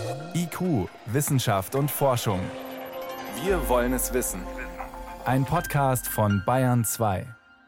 IQ, Wissenschaft und Forschung. Wir wollen es wissen. Ein Podcast von Bayern 2.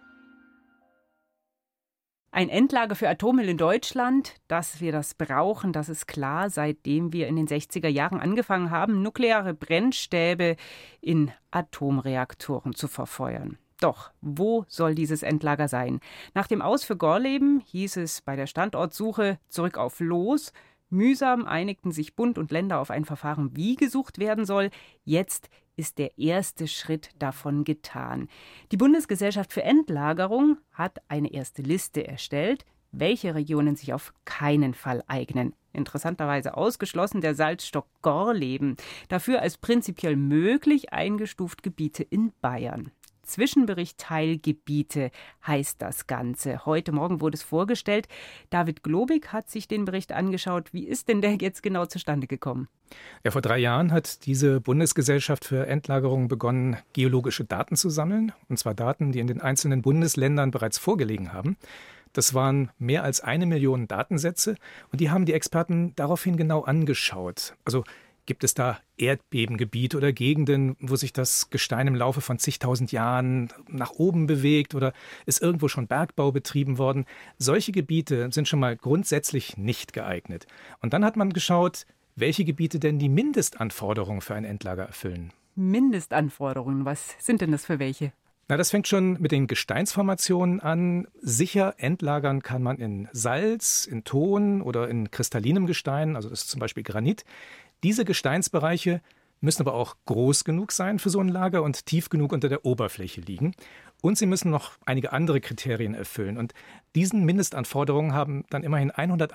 Ein Endlager für Atommüll in Deutschland, dass wir das brauchen, das ist klar, seitdem wir in den 60er Jahren angefangen haben, nukleare Brennstäbe in Atomreaktoren zu verfeuern. Doch, wo soll dieses Endlager sein? Nach dem Aus für Gorleben hieß es bei der Standortsuche zurück auf Los. Mühsam einigten sich Bund und Länder auf ein Verfahren, wie gesucht werden soll. Jetzt ist der erste Schritt davon getan. Die Bundesgesellschaft für Endlagerung hat eine erste Liste erstellt, welche Regionen sich auf keinen Fall eignen. Interessanterweise ausgeschlossen der Salzstock Gorleben. Dafür als prinzipiell möglich eingestuft Gebiete in Bayern. Zwischenbericht Teilgebiete heißt das Ganze. Heute Morgen wurde es vorgestellt. David Globig hat sich den Bericht angeschaut. Wie ist denn der jetzt genau zustande gekommen? Ja, vor 3 Jahren hat diese Bundesgesellschaft für Endlagerung begonnen, geologische Daten zu sammeln. Und zwar Daten, die in den einzelnen Bundesländern bereits vorgelegen haben. Das waren mehr als 1 Million Datensätze. Und die haben die Experten daraufhin genau angeschaut. Also gibt es da Erdbebengebiete oder Gegenden, wo sich das Gestein im Laufe von zigtausend Jahren nach oben bewegt oder ist irgendwo schon Bergbau betrieben worden? Solche Gebiete sind schon mal grundsätzlich nicht geeignet. Und dann hat man geschaut, welche Gebiete denn die Mindestanforderungen für ein Endlager erfüllen. Mindestanforderungen, was sind denn das für welche? Na, das fängt schon mit den Gesteinsformationen an. Sicher entlagern kann man in Salz, in Ton oder in kristallinem Gestein, also das ist zum Beispiel Granit. Diese Gesteinsbereiche müssen aber auch groß genug sein für so ein Lager und tief genug unter der Oberfläche liegen. Und sie müssen noch einige andere Kriterien erfüllen. Und diesen Mindestanforderungen haben dann immerhin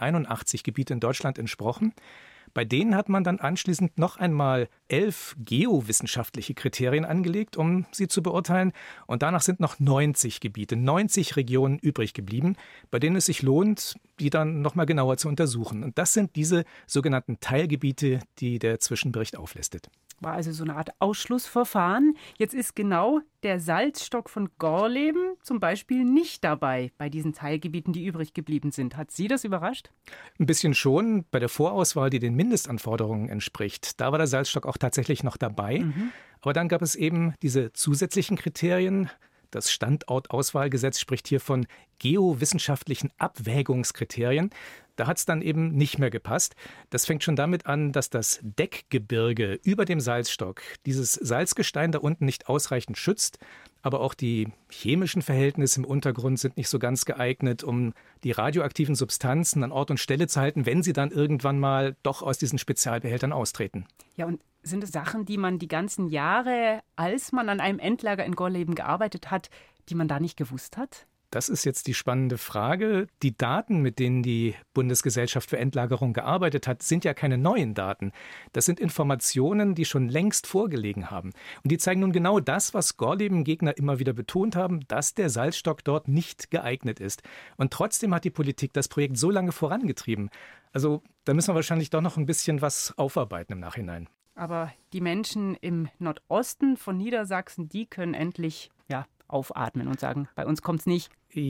181 Gebiete in Deutschland entsprochen. Bei denen hat man dann anschließend noch einmal 11 geowissenschaftliche Kriterien angelegt, um sie zu beurteilen. Und danach sind noch 90 Gebiete, 90 Regionen übrig geblieben, bei denen es sich lohnt, die dann noch mal genauer zu untersuchen. Und das sind diese sogenannten Teilgebiete, die der Zwischenbericht auflistet. War also so eine Art Ausschlussverfahren. Jetzt ist genau der Salzstock von Gorleben zum Beispiel nicht dabei bei diesen Teilgebieten, die übrig geblieben sind. Hat Sie das überrascht? Ein bisschen schon. Bei der Vorauswahl, die den Mindestanforderungen entspricht, da war der Salzstock auch tatsächlich noch dabei. Aber dann gab es eben diese zusätzlichen Kriterien. Das Standortauswahlgesetz spricht hier von geowissenschaftlichen Abwägungskriterien. Da hat es dann eben nicht mehr gepasst. Das fängt schon damit an, dass das Deckgebirge über dem Salzstock dieses Salzgestein da unten nicht ausreichend schützt. Aber auch die chemischen Verhältnisse im Untergrund sind nicht so ganz geeignet, um die radioaktiven Substanzen an Ort und Stelle zu halten, wenn sie dann irgendwann mal doch aus diesen Spezialbehältern austreten. Ja, und sind es Sachen, die man die ganzen Jahre, als man an einem Endlager in Gorleben gearbeitet hat, die man da nicht gewusst hat? Das ist jetzt die spannende Frage. Die Daten, mit denen die Bundesgesellschaft für Endlagerung gearbeitet hat, sind ja keine neuen Daten. Das sind Informationen, die schon längst vorgelegen haben. Und die zeigen nun genau das, was Gorleben-Gegner immer wieder betont haben, dass der Salzstock dort nicht geeignet ist. Und trotzdem hat die Politik das Projekt so lange vorangetrieben. Also da müssen wir wahrscheinlich doch noch ein bisschen was aufarbeiten im Nachhinein. Aber die Menschen im Nordosten von Niedersachsen, die können endlich aufatmen und sagen, bei uns kommt's nicht.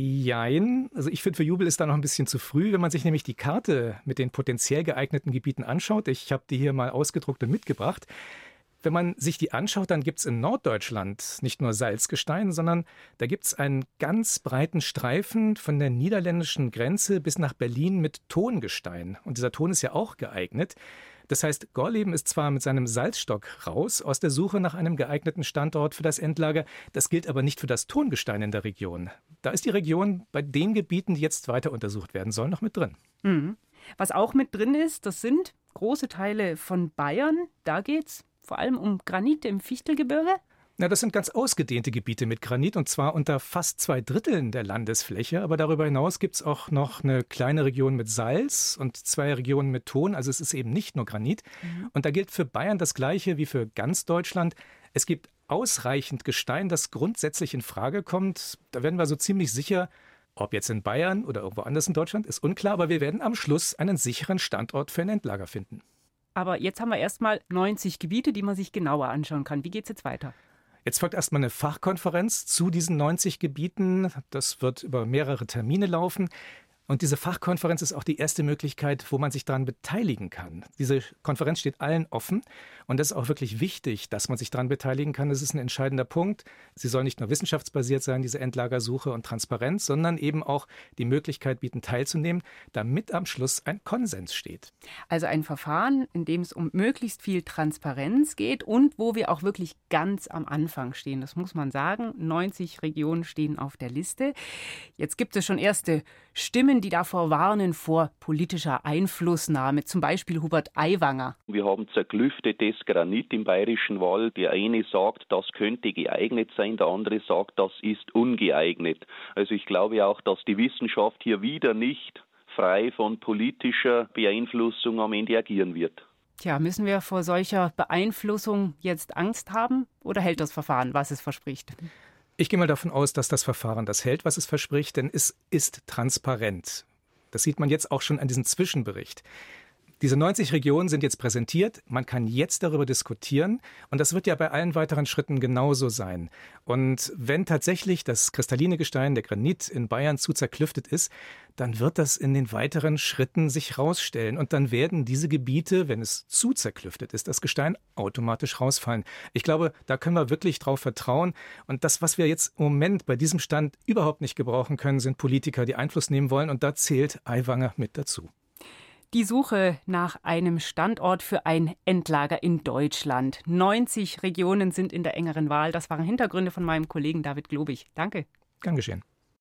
Jein. Also ich finde, für Jubel ist da noch ein bisschen zu früh, wenn man sich nämlich die Karte mit den potenziell geeigneten Gebieten anschaut. Ich habe die hier mal ausgedruckt und mitgebracht. Wenn man sich die anschaut, dann gibt es in Norddeutschland nicht nur Salzgestein, sondern da gibt es einen ganz breiten Streifen von der niederländischen Grenze bis nach Berlin mit Tongestein. Und dieser Ton ist ja auch geeignet. Das heißt, Gorleben ist zwar mit seinem Salzstock raus aus der Suche nach einem geeigneten Standort für das Endlager, das gilt aber nicht für das Tongestein in der Region. Da ist die Region bei den Gebieten, die jetzt weiter untersucht werden sollen, noch mit drin. Was auch mit drin ist, das sind große Teile von Bayern. Da geht's vor allem um Granite im Fichtelgebirge. Na, das sind ganz ausgedehnte Gebiete mit Granit und zwar unter fast 2/3 der Landesfläche. Aber darüber hinaus gibt es auch noch eine kleine Region mit Salz und 2 Regionen mit Ton. Also es ist eben nicht nur Granit. Und da gilt für Bayern das Gleiche wie für ganz Deutschland. Es gibt ausreichend Gestein, das grundsätzlich in Frage kommt. Da werden wir so ziemlich sicher, ob jetzt in Bayern oder irgendwo anders in Deutschland, ist unklar. Aber wir werden am Schluss einen sicheren Standort für ein Endlager finden. Aber jetzt haben wir erstmal 90 Gebiete, die man sich genauer anschauen kann. Wie geht es jetzt weiter? Jetzt folgt erstmal eine Fachkonferenz zu diesen 90 Gebieten. Das wird über mehrere Termine laufen. Und diese Fachkonferenz ist auch die erste Möglichkeit, wo man sich daran beteiligen kann. Diese Konferenz steht allen offen und das ist auch wirklich wichtig, dass man sich daran beteiligen kann. Das ist ein entscheidender Punkt. Sie soll nicht nur wissenschaftsbasiert sein, diese Endlagersuche und Transparenz, sondern eben auch die Möglichkeit bieten, teilzunehmen, damit am Schluss ein Konsens steht. Also ein Verfahren, in dem es um möglichst viel Transparenz geht und wo wir auch wirklich ganz am Anfang stehen. Das muss man sagen. 90 Regionen stehen auf der Liste. Jetzt gibt es schon erste Stimmen, die davor warnen, vor politischer Einflussnahme. Zum Beispiel Hubert Aiwanger. Wir haben zerklüftetes Granit im Bayerischen Wald. Der eine sagt, das könnte geeignet sein, der andere sagt, das ist ungeeignet. Also ich glaube auch, dass die Wissenschaft hier wieder nicht frei von politischer Beeinflussung am Ende agieren wird. Tja, müssen wir vor solcher Beeinflussung jetzt Angst haben oder hält das Verfahren, was es verspricht? Ich gehe mal davon aus, dass das Verfahren das hält, was es verspricht, denn es ist transparent. Das sieht man jetzt auch schon an diesem Zwischenbericht. Diese 90 Regionen sind jetzt präsentiert, man kann jetzt darüber diskutieren und das wird ja bei allen weiteren Schritten genauso sein. Und wenn tatsächlich das kristalline Gestein, der Granit in Bayern zu zerklüftet ist, dann wird das in den weiteren Schritten sich rausstellen und dann werden diese Gebiete, wenn es zu zerklüftet ist, das Gestein automatisch rausfallen. Ich glaube, da können wir wirklich drauf vertrauen und das, was wir jetzt im Moment bei diesem Stand überhaupt nicht gebrauchen können, sind Politiker, die Einfluss nehmen wollen und da zählt Aiwanger mit dazu. Die Suche nach einem Standort für ein Endlager in Deutschland. 90 Regionen sind in der engeren Wahl. Das waren Hintergründe von meinem Kollegen David Globig. Danke. Gern geschehen.